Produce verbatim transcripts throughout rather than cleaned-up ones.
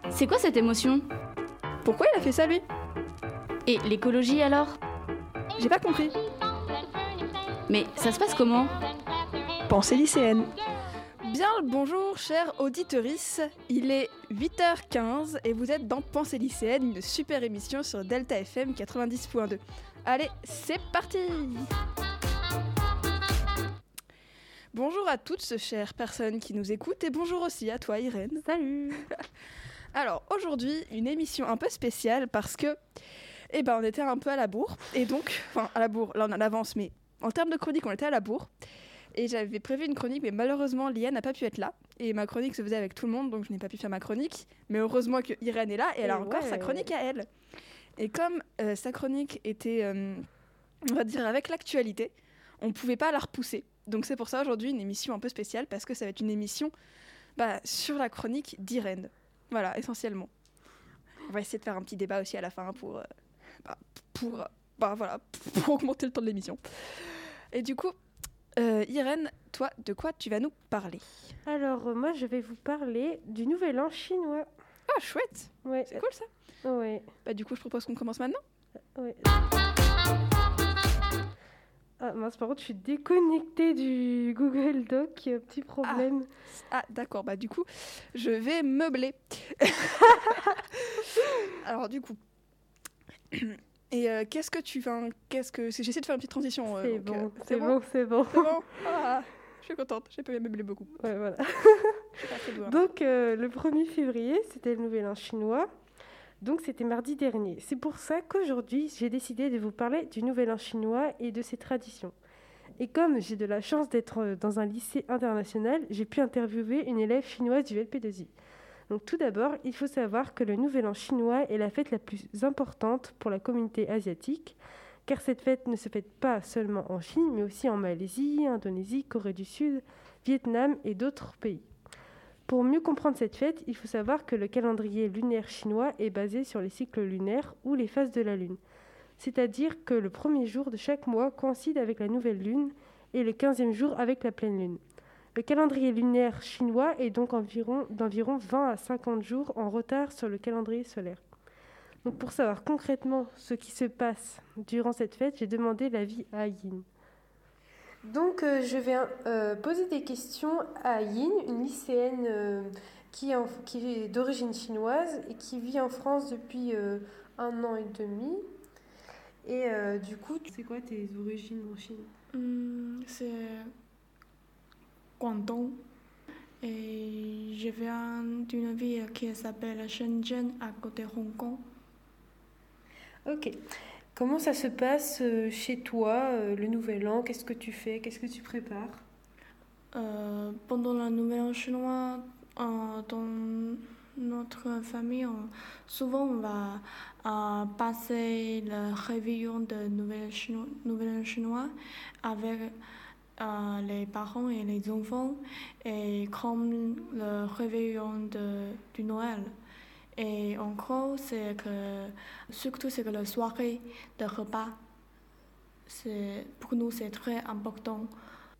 C'est quoi cette émotion? Pourquoi il a fait ça, lui? Et l'écologie alors? J'ai pas compris. Mais ça se passe comment? Pensée lycéenne. Bien le bonjour, chers auditorices. Il est huit heures quinze et vous êtes dans Pensée lycéenne, une super émission sur Delta F M quatre-vingt-dix point deux. Allez, c'est parti! Bonjour à toutes, chères personnes qui nous écoutent, et bonjour aussi à toi, Irène. Salut! Alors, aujourd'hui, une émission un peu spéciale parce que, eh ben, on était un peu à la bourre, et donc, enfin, à la bourre, là on a l'avance, mais en termes de chronique, on était à la bourre, et j'avais prévu une chronique, mais malheureusement, Liane n'a pas pu être là, et ma chronique se faisait avec tout le monde, donc je n'ai pas pu faire ma chronique, mais heureusement que Irène est là, et elle a Et encore ouais. sa chronique à elle. Et comme euh, sa chronique était, euh, on va dire, avec l'actualité, on ne pouvait pas la repousser. Donc c'est pour ça aujourd'hui une émission un peu spéciale, parce que ça va être une émission bah, sur la chronique d'Irène. Voilà, essentiellement. On va essayer de faire un petit débat aussi à la fin pour, euh, bah, pour, bah, voilà, pour augmenter le temps de l'émission. Et du coup, euh, Irène, toi, de quoi tu vas nous parler? Alors, euh, moi, je vais vous parler du Nouvel An chinois. Ah, chouette! Ouais. C'est cool ça! Ouais. Bah, du coup, je propose qu'on commence maintenant. Ouais. Ah mince, par contre, je suis déconnectée du Google Doc, il y a un petit problème. Ah, d'accord, bah du coup, je vais meubler. Alors, du coup... Et euh, qu'est-ce que tu fais? Qu'est-ce que c'est? J'essaie de faire une petite transition. Euh, c'est, donc, bon, euh, c'est, c'est bon, bon, c'est bon, c'est bon. Ah, je suis contente, j'ai pu meubler beaucoup. Ouais, voilà. Je suis pas très douée. Donc, euh, le premier février, c'était le Nouvel An chinois. Donc, c'était mardi dernier. C'est pour ça qu'aujourd'hui, j'ai décidé de vous parler du Nouvel An chinois et de ses traditions. Et comme j'ai de la chance d'être dans un lycée international, j'ai pu interviewer une élève chinoise du L P deux I. Donc tout d'abord, il faut savoir que le Nouvel An chinois est la fête la plus importante pour la communauté asiatique, car cette fête ne se fête pas seulement en Chine, mais aussi en Malaisie, Indonésie, Corée du Sud, Vietnam et d'autres pays. Pour mieux comprendre cette fête, il faut savoir que le calendrier lunaire chinois est basé sur les cycles lunaires ou les phases de la Lune. C'est-à-dire que le premier jour de chaque mois coïncide avec la nouvelle lune et le quinzième jour avec la pleine lune. Le calendrier lunaire chinois est donc environ, d'environ vingt à cinquante jours en retard sur le calendrier solaire. Donc pour savoir concrètement ce qui se passe durant cette fête, j'ai demandé l'avis à Yin. Donc euh, je vais euh, poser des questions à Yin, une lycéenne euh, qui, est en, qui est d'origine chinoise et qui vit en France depuis euh, un an et demi. Et euh, du coup, c'est quoi tes origines en Chine? Hum, C'est Guangdong. Et je viens d'une ville qui s'appelle Shenzhen, à côté de Hong Kong. Ok. Comment ça se passe euh, chez toi, euh, le Nouvel An? Qu'est-ce que tu fais? Qu'est-ce que tu prépares? Euh, pendant le Nouvel An chinois, euh, dans notre famille, on- souvent on va euh, passer le réveillon de Nouvel Chino- Nouvel An chinois avec euh, les parents et les enfants, et comme le réveillon de, du Noël. Et en gros, c'est que, surtout c'est que la soirée de repas, c'est, pour nous c'est très important.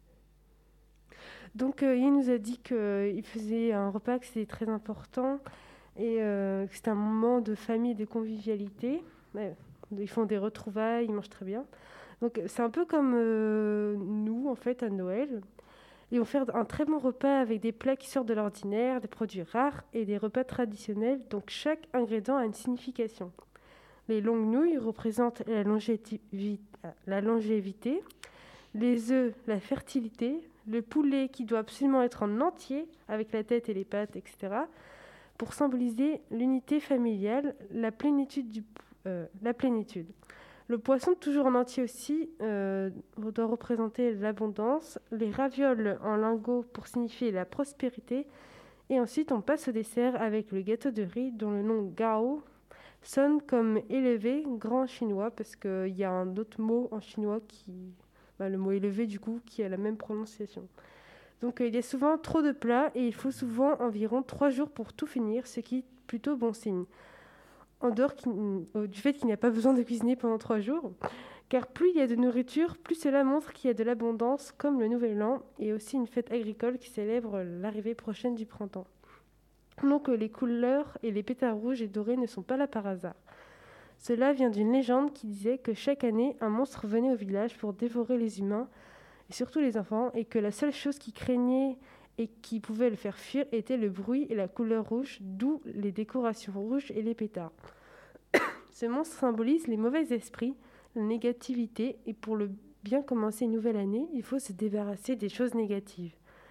Donc, euh, il nous a dit qu'il faisait un repas, que c'était très important et euh, que c'était un moment de famille et de convivialité. Ouais, ils font des retrouvailles, ils mangent très bien. Donc, c'est un peu comme euh, nous, en fait, à Noël. Ils vont faire un très bon repas avec des plats qui sortent de l'ordinaire, des produits rares et des repas traditionnels. Donc, chaque ingrédient a une signification. Les longues nouilles représentent la longévité, la longévité, les œufs, la fertilité, le poulet qui doit absolument être en entier, avec la tête et les pattes, et cetera, pour symboliser l'unité familiale, la plénitude. Du, euh, la plénitude. Le poisson, toujours en entier aussi, euh, doit représenter l'abondance, les ravioles en lingots pour signifier la prospérité, et ensuite on passe au dessert avec le gâteau de riz dont le nom Gao sonne comme élevé, grand en chinois, parce qu'il y a un autre mot en chinois qui... Bah, le mot élevé, du coup, qui a la même prononciation. Donc, euh, il y a souvent trop de plats et il faut souvent environ trois jours pour tout finir, ce qui est plutôt bon signe. En dehors qui, euh, du fait qu'il n'y a pas besoin de cuisiner pendant trois jours, car plus il y a de nourriture, plus cela montre qu'il y a de l'abondance, comme le Nouvel An, et aussi une fête agricole qui célèbre l'arrivée prochaine du printemps. Donc les couleurs et les pétards rouges et dorés ne sont pas là par hasard. Cela vient d'une légende qui disait que chaque année, un monstre venait au village pour dévorer les humains, et surtout les enfants, et que la seule chose qui craignait et qui pouvait le faire fuir était le bruit et la couleur rouge, d'où les décorations rouges et les pétards. Ce monstre symbolise les mauvais esprits, la négativité, et pour le bien commencer une nouvelle année, il faut se débarrasser des choses négatives.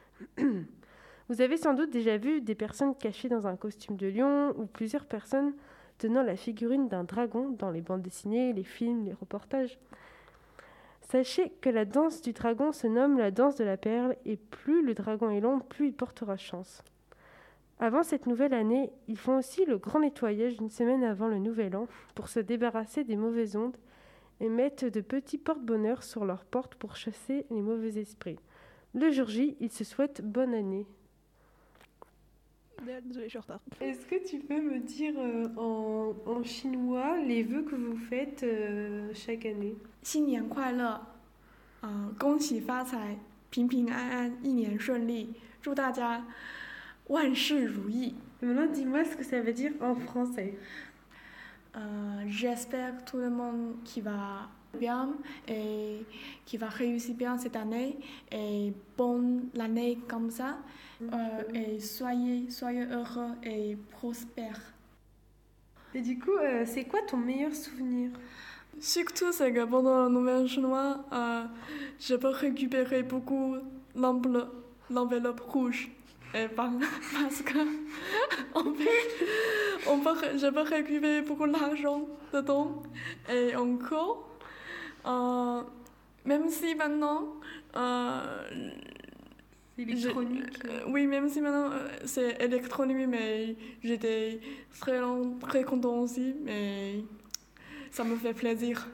Vous avez sans doute déjà vu des personnes cachées dans un costume de lion ou plusieurs personnes tenant la figurine d'un dragon dans les bandes dessinées, les films, les reportages. Sachez que la danse du dragon se nomme la danse de la perle et plus le dragon est long, plus il portera chance. Avant cette nouvelle année, ils font aussi le grand nettoyage une semaine avant le nouvel an pour se débarrasser des mauvaises ondes et mettent de petits porte-bonheur sur leurs portes pour chasser les mauvais esprits. Le jour J, ils se souhaitent bonne année. Désolée, je suis en retard. Est-ce que tu peux me dire euh, en, en chinois les vœux que vous faites euh, chaque année? 新年快乐，呃，恭喜发财，平平安安，一年顺利，祝大家万事如意。 Maintenant, dis-moi ce que ça veut dire en français. Euh, j'espère que tout le monde qui va bien et qui va réussir bien cette année et bonne année comme ça euh, et soyez, soyez heureux et prospères. Et du coup, euh, c'est quoi ton meilleur souvenir? Surtout, c'est que pendant la nouvelle chinois, euh, je peux récupérer beaucoup l'enveloppe, l'enveloppe rouge. Et par, parce que on peut, on peut, je peux récupérer beaucoup d'argent dedans. Et encore, euh, même si maintenant, euh, c'est électronique. Je, euh, oui, même si maintenant euh, c'est électronique, mais j'étais très, très content aussi, mais ça me fait plaisir.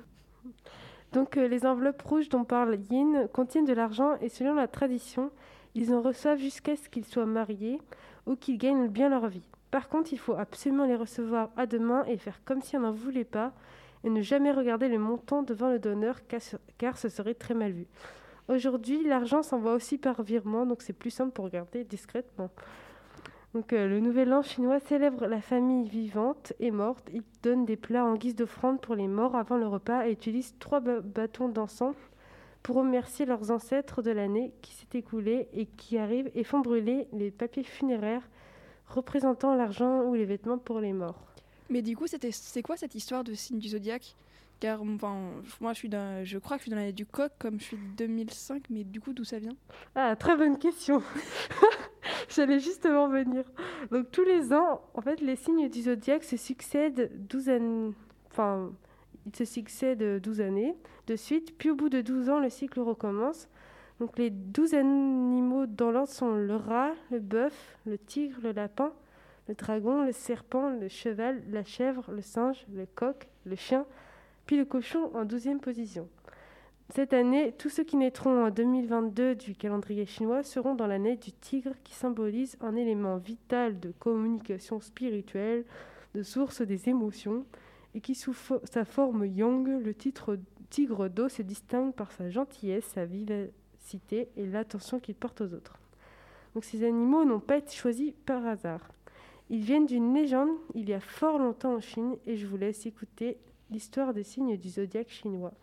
Donc euh, les enveloppes rouges dont parle Yin contiennent de l'argent et selon la tradition, ils en reçoivent jusqu'à ce qu'ils soient mariés ou qu'ils gagnent bien leur vie. Par contre, il faut absolument les recevoir à deux mains et faire comme si on n'en voulait pas et ne jamais regarder le montant devant le donneur car ce serait très mal vu. Aujourd'hui, l'argent s'envoie aussi par virement, donc c'est plus simple pour regarder discrètement. Donc, euh, le nouvel an chinois célèbre la famille vivante et morte. Il donne des plats en guise d'offrande pour les morts avant le repas et utilise trois ba- bâtons d'encens pour remercier leurs ancêtres de l'année qui s'est écoulée et qui arrivent et font brûler les papiers funéraires représentant l'argent ou les vêtements pour les morts. Mais du coup, c'était, c'est quoi cette histoire de signe du zodiaque? Car enfin, moi, je, suis dans, je crois que je suis dans l'année du coq, comme je suis de deux mille cinq, mais du coup, d'où ça vient? Ah, très bonne question. J'allais justement venir. Donc, tous les ans, en fait, les signes du zodiaque se succèdent douze années... Enfin, ils se succèdent douze années de suite, puis au bout de douze ans, le cycle recommence. Donc, les douze animaux dans l'ordre sont le rat, le bœuf, le tigre, le lapin, le dragon, le serpent, le cheval, la chèvre, le singe, le coq, le chien, puis le cochon en douzième position. Cette année, tous ceux qui naîtront en deux mille vingt-deux du calendrier chinois seront dans l'année du tigre qui symbolise un élément vital de communication spirituelle, de source des émotions, et qui sous fo- sa forme yang, le titre tigre d'eau se distingue par sa gentillesse, sa vivacité et l'attention qu'il porte aux autres. Donc ces animaux n'ont pas été choisis par hasard. Ils viennent d'une légende il y a fort longtemps en Chine et je vous laisse écouter l'histoire des signes du zodiaque chinois.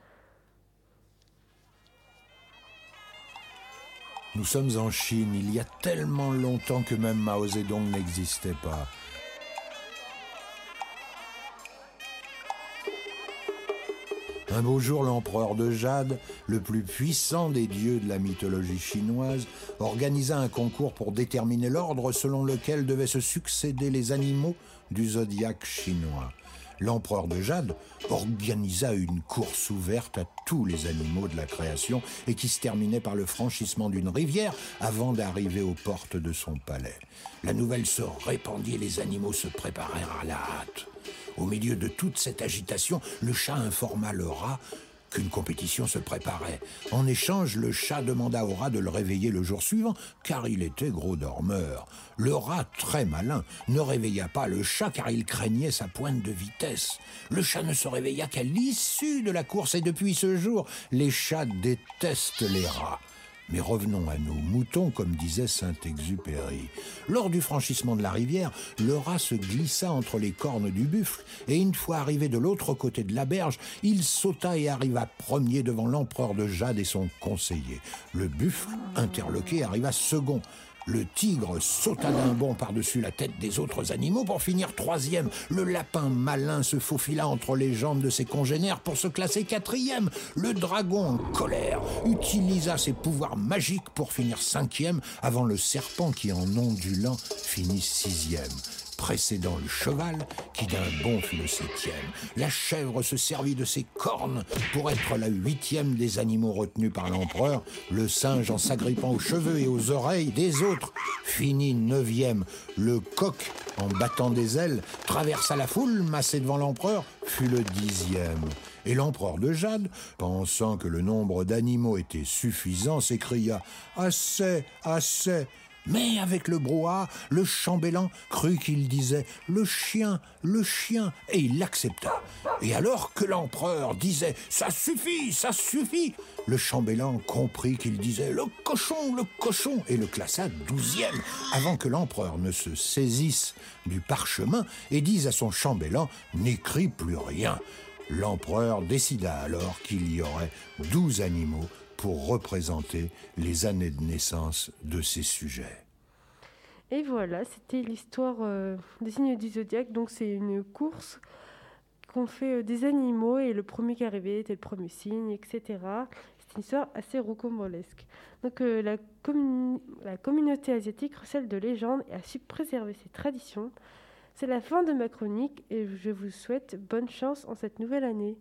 Nous sommes en Chine il y a tellement longtemps que même Mao Zedong n'existait pas. Un beau jour, l'empereur de Jade, le plus puissant des dieux de la mythologie chinoise, organisa un concours pour déterminer l'ordre selon lequel devaient se succéder les animaux du zodiaque chinois. L'empereur de Jade organisa une course ouverte à tous les animaux de la création et qui se terminait par le franchissement d'une rivière avant d'arriver aux portes de son palais. La nouvelle se répandit et les animaux se préparèrent à la hâte. Au milieu de toute cette agitation, le chat informa le rat qu'une compétition se préparait. En échange, le chat demanda au rat de le réveiller le jour suivant, car il était gros dormeur. Le rat, très malin, ne réveilla pas le chat car il craignait sa pointe de vitesse. Le chat ne se réveilla qu'à l'issue de la course et depuis ce jour, les chats détestent les rats. Mais revenons à nos moutons, comme disait Saint-Exupéry. Lors du franchissement de la rivière, le rat se glissa entre les cornes du buffle, et une fois arrivé de l'autre côté de la berge, il sauta et arriva premier devant l'empereur de Jade et son conseiller. Le buffle, interloqué, arriva second. Le tigre sauta d'un bond par-dessus la tête des autres animaux pour finir troisième. Le lapin malin se faufila entre les jambes de ses congénères pour se classer quatrième. Le dragon, en colère, utilisa ses pouvoirs magiques pour finir cinquième, avant le serpent qui, en ondulant, finit sixième, précédant le cheval, qui d'un bond fut le septième. La chèvre se servit de ses cornes pour être la huitième des animaux retenus par l'empereur. Le singe, en s'agrippant aux cheveux et aux oreilles des autres, finit neuvième. Le coq, en battant des ailes, traversa la foule massée devant l'empereur, fut le dixième. Et l'empereur de Jade, pensant que le nombre d'animaux était suffisant, s'écria « Assez, assez !» Mais avec le brouhaha, le chambellan crut qu'il disait « le chien, le chien » et il l'accepta. Et alors que l'empereur disait « ça suffit, ça suffit », le chambellan comprit qu'il disait « le cochon, le cochon » et le classa douzième, avant que l'empereur ne se saisisse du parchemin et dise à son chambellan « n'écris plus rien ». L'empereur décida alors qu'il y aurait douze animaux pour représenter les années de naissance de ces sujets. Et voilà, c'était l'histoire euh, des signes du zodiaque. Donc c'est une course qu'on fait euh, des animaux et le premier qui arrivait était le premier signe, et cetera. C'est une histoire assez rocambolesque. Donc euh, la, commun- la communauté asiatique recèle de légendes et a su préserver ses traditions. C'est la fin de ma chronique et je vous souhaite bonne chance en cette nouvelle année.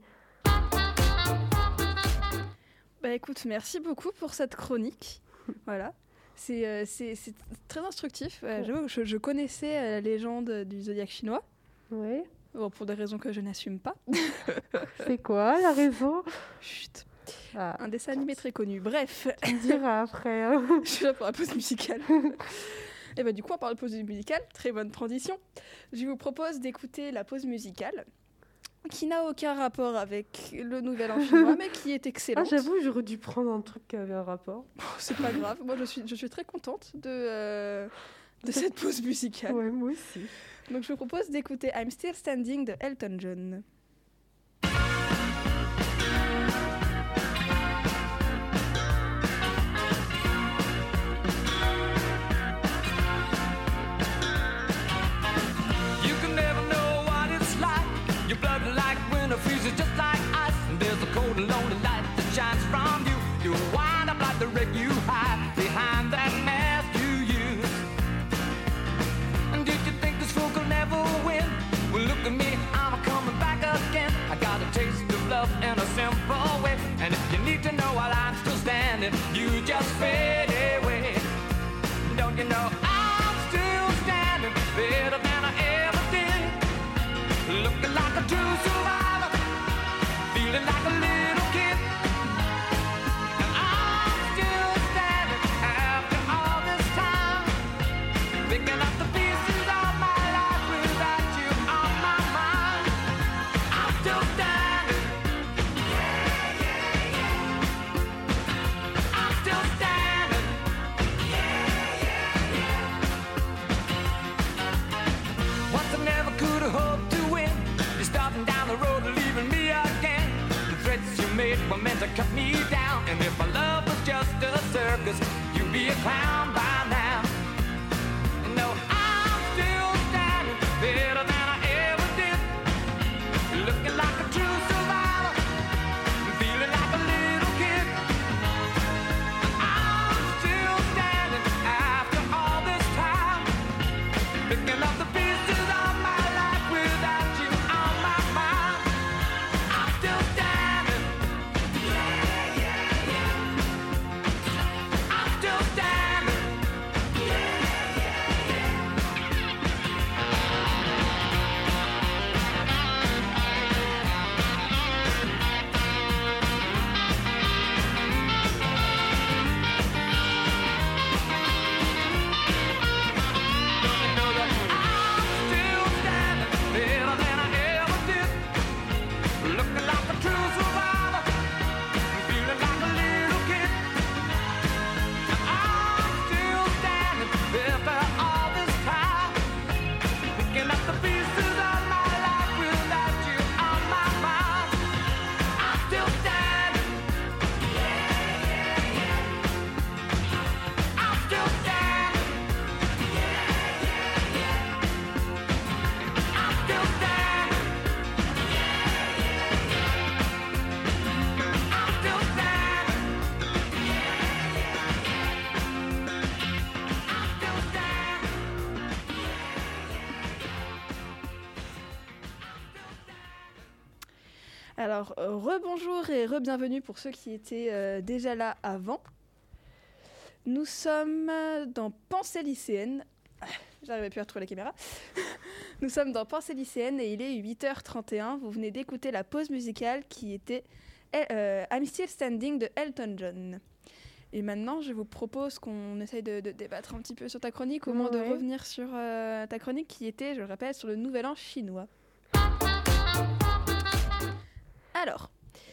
Bah écoute, merci beaucoup pour cette chronique. Voilà, c'est, euh, c'est, c'est très instructif. Euh, j'avoue que je, je connaissais euh, la légende du zodiaque chinois. Oui. Bon, pour des raisons que je n'assume pas. C'est quoi la raison? Chut. Ah. Un dessin animé très connu. Bref. Tu me diras après. Hein. Je suis là pour la pause musicale. Et bah du coup, on parle de pause musicale. Très bonne transition. Je vous propose d'écouter la pause musicale, qui n'a aucun rapport avec le nouvel an chinois, mais qui est excellente. Ah, j'avoue, j'aurais dû prendre un truc qui avait un rapport. Oh, c'est pas grave, moi je suis, je suis très contente de, euh, de cette pause musicale. Ouais, moi aussi. Donc je vous propose d'écouter I'm Still Standing de Elton John. Freezes just like ice, and there's a cold and lonely light that shines from you. You wind up like the wreck you hide behind that mask you use. And did you think this fool could never win? Well, look at me, I'm coming back again. I got a taste of love in a simple way, and if you need to know while I'm still standing, you just fade away. Don't you know I'm still standing better than I ever did, looking like a true survivor, feeling like a little kid, and I'm still standing after all this time, picking up the pieces of my life without you on my mind. I'm still standing, yeah, yeah, yeah. I'm still standing, yeah, yeah, yeah. Once I never could have hoped to win. You're starting down the road and leaving me again. The threats you made were meant to cut me down, and if my love was just a circus, you'd be a clown by now. And no, I'm still standing better than I ever did, looking like a true survivor, feeling like a little kid. And I'm still standing after all this time, picking up the pieces of my life without you on my mind. I'm still standing, yeah, yeah, Alors, euh, rebonjour et re-bienvenue pour ceux qui étaient euh, déjà là avant. Nous sommes dans Pensée lycéenne. Ah, J'arrivais plus à retrouver la caméra. Nous sommes dans Pensée lycéenne et il est huit heures trente et un. Vous venez d'écouter la pause musicale qui était euh, I'm Still Standing de Elton John. Et maintenant, je vous propose qu'on essaye de, de débattre un petit peu sur ta chronique, au moins de Ouais. revenir sur euh, ta chronique qui était, je le rappelle, sur le Nouvel An chinois. Alors,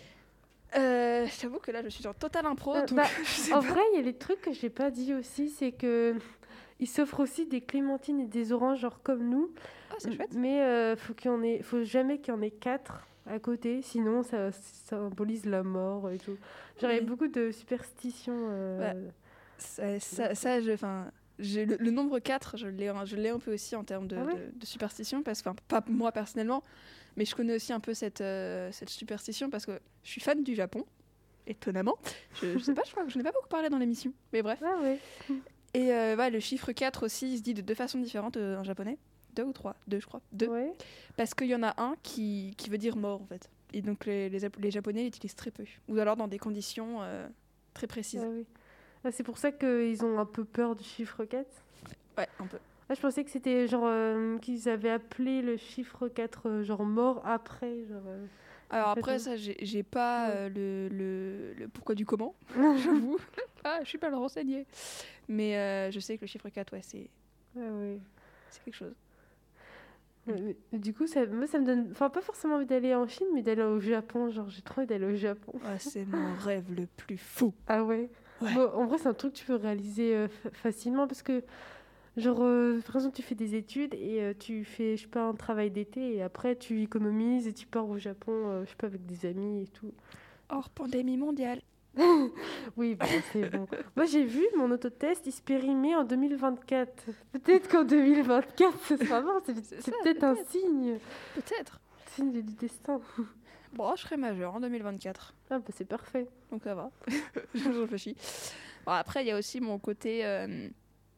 euh, j'avoue que là, je suis en total impro. Euh, donc bah, je sais En pas. vrai, il y a des trucs que j'ai pas dit aussi, c'est que ils s'offrent aussi des clémentines et des oranges, genre comme nous. Ah, c'est chouette. Mais euh, faut qu'il y en ait, faut jamais qu'il y en ait quatre à côté, sinon ça, ça symbolise la mort et tout. Genre il y a Oui. beaucoup de superstitions. euh, Ouais. Ça, ça, ça, je, enfin, j'ai le, le nombre quatre, je l'ai, je l'ai un peu aussi en termes de, Ah ouais de, de superstition, parce que, enfin, pas moi personnellement, mais je connais aussi un peu cette, euh, cette superstition parce que je suis fan du Japon, étonnamment. Je, je sais pas, je crois que je n'ai pas beaucoup parlé dans l'émission, mais bref. Ah ouais. Et euh, ouais, le chiffre quatre aussi, il se dit de deux façons différentes euh, en japonais. Deux ou trois Deux, je crois. Deux. Ouais. Parce qu'il y en a un qui, qui veut dire mort, en fait. Et donc les, les, les Japonais l'utilisent très peu. Ou alors dans des conditions euh, très précises. Ah oui. Ah, c'est pour ça qu'ils ont un peu peur du chiffre quatre. Ouais, un peu. Ah, je pensais que c'était genre euh, qu'ils avaient appelé le chiffre quatre euh, genre mort après. Genre, euh, Alors En fait, après, oui. ça, j'ai j'ai pas Ouais. euh, le, le, le pourquoi du comment, j'avoue. Ah, je suis pas le renseigné. Mais euh, je sais que le chiffre quatre, ouais, c'est ouais, ouais. c'est quelque chose. Ouais, mais- mais du coup, ça, moi, ça me donne. Enfin, pas forcément envie d'aller en Chine, mais d'aller au Japon. Genre, j'ai trop envie d'aller au Japon. Ouais, c'est mon rêve le plus fou. Ah ouais, Ouais. Bon, en vrai, c'est un truc que tu peux réaliser euh, fa- facilement parce que, genre, euh, par exemple, tu fais des études et euh, tu fais, je sais pas, un travail d'été et après, tu économises et tu pars au Japon, euh, je sais pas, avec des amis et tout. Hors pandémie mondiale. Oui, bon, c'est bon. Moi, j'ai vu mon autotest, il se périmait en deux mille vingt-quatre. Peut-être qu'en deux mille vingt-quatre, ce sera bon. C'est C'est c'est ça, peut-être un peut-être. signe. Peut-être. Signe du destin. Bon, je serai majeure en deux mille vingt-quatre. Ah, bah, c'est parfait. Donc ça va. je réfléchis. Bon, après, il y a aussi mon côté euh,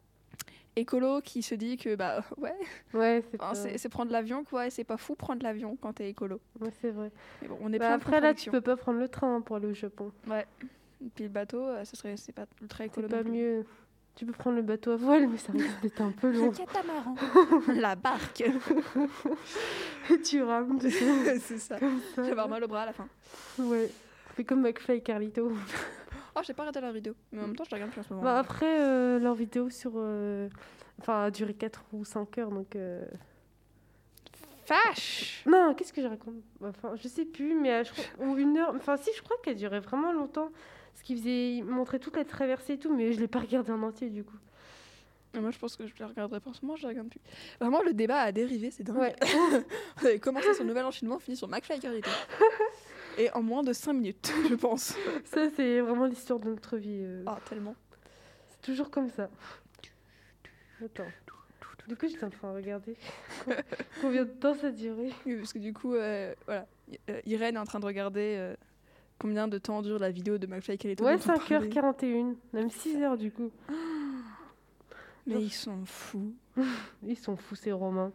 écolo qui se dit que, bah ouais, Ouais, c'est enfin, pas... c'est c'est prendre l'avion, quoi. Et c'est pas fou prendre l'avion quand t'es écolo. ouais, c'est vrai. Mais bon, on est Bah, plein de après, là, tu contradictions. peux pas prendre le train hein, pour aller au Japon. Ouais. Et puis le bateau, euh, ce serait, c'est pas ultra C'est écolo. pas non plus. mieux. Tu peux prendre le bateau à voile, mais ça risque d'être un peu Le long. catamaran. La barque. Et tu rames, tu sais, c'est ça. comme ça. Je vais avoir mal au bras à la fin. Ouais. Fais comme McFly et Carlito. Oh, j'ai pas regardé leur vidéo. Mais en même temps, je la regarde plus en ce moment. Bah, après, euh, leur vidéo sur. euh, Enfin, a duré quatre ou cinq heures, donc. euh, Fâche. Non, qu'est-ce que je raconte Enfin, je sais plus, mais euh, je crois- ou une heure. Enfin, si, je crois qu'elle durait vraiment longtemps. Ce qui faisait. Il montrait toute la traversée et tout, mais je l'ai pas regardé en entier du coup. Et moi, je pense que je la regarderai pas en ce moment, je la regarde plus. Vraiment, le débat a dérivé, c'est dingue. Ouais. Vous avez commencé sur le Nouvel An chinois, on finit sur McFly et Carlito. Et en moins de cinq minutes, je pense. Ça, c'est vraiment l'histoire de notre vie. euh. Ah, tellement. C'est toujours comme ça. Attends. Du coup, j'étais en train de regarder combien de temps ça durait. Oui, parce que du coup, euh, voilà. I- euh, Irène est en train de regarder euh, combien de temps dure la vidéo de McFly et Carlito. Ouais, dont on cinq heures parlait. quarante et une, même six heures du coup. Mais ils sont fous. Ils sont fous, ces Romains.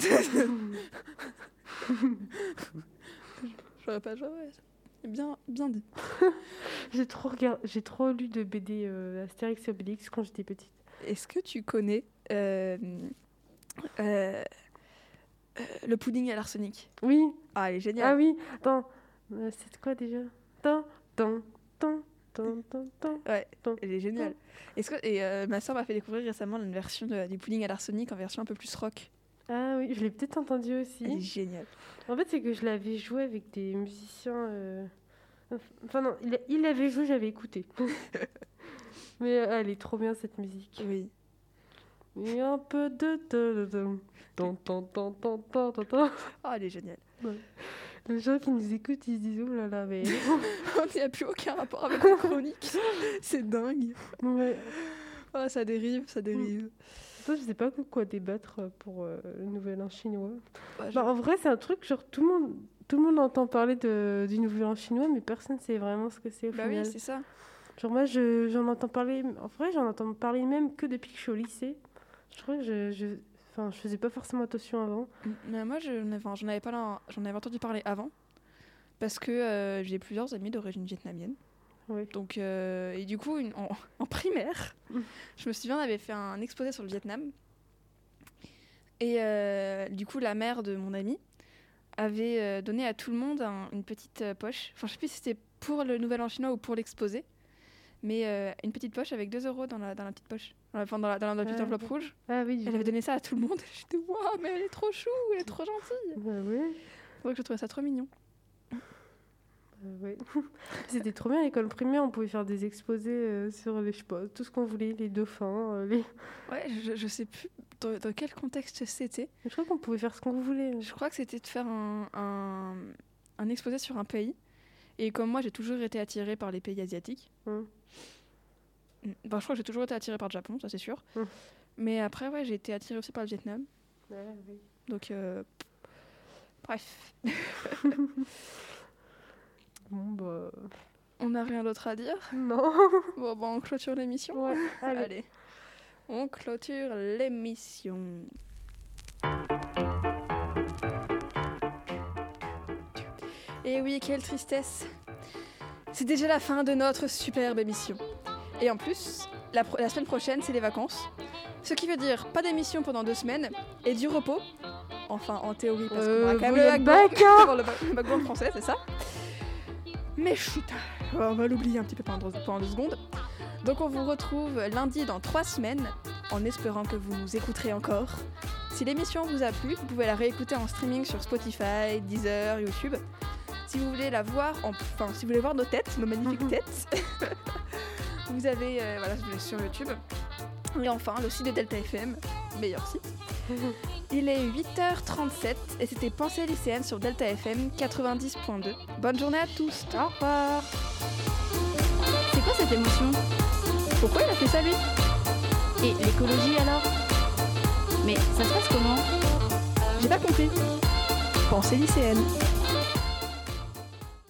J'aurais pas joué. Ouais. Bien, bien dit. J'ai trop, regard... J'ai trop lu de B D euh, Astérix et Obélix quand j'étais petite. Est-ce que tu connais euh, euh, euh, le pudding à l'arsenic? Oui, Ah, elle est géniale. ah oui, attends, euh, c'est quoi déjà Tan, tan, tan, tan, tan, tan. Ouais, Tan. elle est géniale. Est-ce que, et euh, ma soeur m'a fait découvrir récemment une version de- du pudding à l'arsenic en version un peu plus rock. Ah oui, je l'ai peut-être entendu Elle est aussi. géniale. En fait, c'est que je l'avais joué avec des musiciens. euh, Enfin, non, il, il l'avait joué, j'avais écouté. Mais euh, elle est trop bien cette musique. Oui. Et un peu de. de- de- de- Tan, tan, tan, tan, tan, tan, tan. Ah, elle est géniale. Les gens qui nous écoutent, ils se disent oh là là, mais. On n'y a plus aucun rapport avec la chronique. C'est dingue. Ouais. Ah, ça dérive, ça dérive. Toi, je sais pas quoi débattre pour euh, le Nouvel An chinois. Ouais, je- Bah, en vrai, c'est un truc, genre, tout le monde, tout le monde entend parler de, du Nouvel An chinois, mais personne sait vraiment ce que c'est au bah final. oui, c'est ça. Genre, moi, je, j'en entends parler, en vrai, j'en entends parler même que depuis que je suis au lycée. Je crois que je, je, enfin, je faisais pas forcément attention avant. Mais moi, je, n'avais- enfin, j'en avais pas là, j'en avais entendu parler avant. parce que euh, j'ai plusieurs amis d'origine vietnamienne. Oui. Donc, euh, et du coup, une, en, en primaire, Mm. je me souviens, on avait fait un exposé sur le Vietnam. Et euh, du coup, la mère de mon ami avait euh, donné à tout le monde un- une petite euh, poche. Enfin, je sais plus si c'était pour le Nouvel An chinois ou pour l'exposé. Mais euh, une petite poche avec deux euros dans la, dans la petite poche. Dans la, enfin, dans la, dans la petite Ah, enveloppe ok. rouge. Ah oui, Elle avait donné ça à tout le monde. J'étais, waouh, mais elle est trop chou, elle est trop gentille. Bah oui. C'est vrai que je trouvais ça trop mignon. Euh, ouais. C'était trop bien à l'école primaire, on pouvait faire des exposés euh, sur les, je sais pas, tout ce qu'on voulait, les dauphins, euh, les... Ouais, je, je sais plus dans, dans quel contexte c'était. Je crois qu'on pouvait faire ce qu'on voulait. Je crois que c'était de faire un, un, un exposé sur un pays. Et comme moi, j'ai toujours été attirée par les pays asiatiques. Mm. Enfin, je crois que j'ai toujours été attirée par le Japon, ça c'est sûr. Mm. Mais après, ouais, j'ai été attirée aussi par le Vietnam. Ouais, oui. Donc, euh, bref. Bon, bah... On n'a rien d'autre à dire. Non. Bon, bah, on clôture l'émission. Ouais, allez. Allez. On clôture l'émission. Et oui, quelle tristesse. C'est déjà la fin de notre superbe émission. Et en plus, la, pro- la semaine prochaine, c'est les vacances. Ce qui veut dire pas d'émission pendant deux semaines et du repos. Enfin, en théorie, parce qu'on Euh, aura quand même vous le êtes background, d'accord pour le ba- le background français, c'est ça. Mais chut, on va l'oublier un petit peu pendant, pendant deux secondes. Donc on vous retrouve lundi dans trois semaines, en espérant que vous nous écouterez encore. Si l'émission vous a plu, vous pouvez la réécouter en streaming sur Spotify, Deezer, YouTube. Si vous voulez la voir, en... enfin si vous voulez voir nos têtes, nos magnifiques têtes, vous avez euh, voilà, vous allez sur YouTube. Et enfin, le site de Delta F M, meilleur site. Il est huit heures trente-sept et c'était Pensée lycéenne sur Delta F M quatre-vingt-dix point deux. Bonne journée à tous. Au revoir. C'est quoi cette émotion? Pourquoi il a fait ça lui? Et l'écologie alors? Mais ça se passe comment? J'ai pas compris. Pensée lycéenne.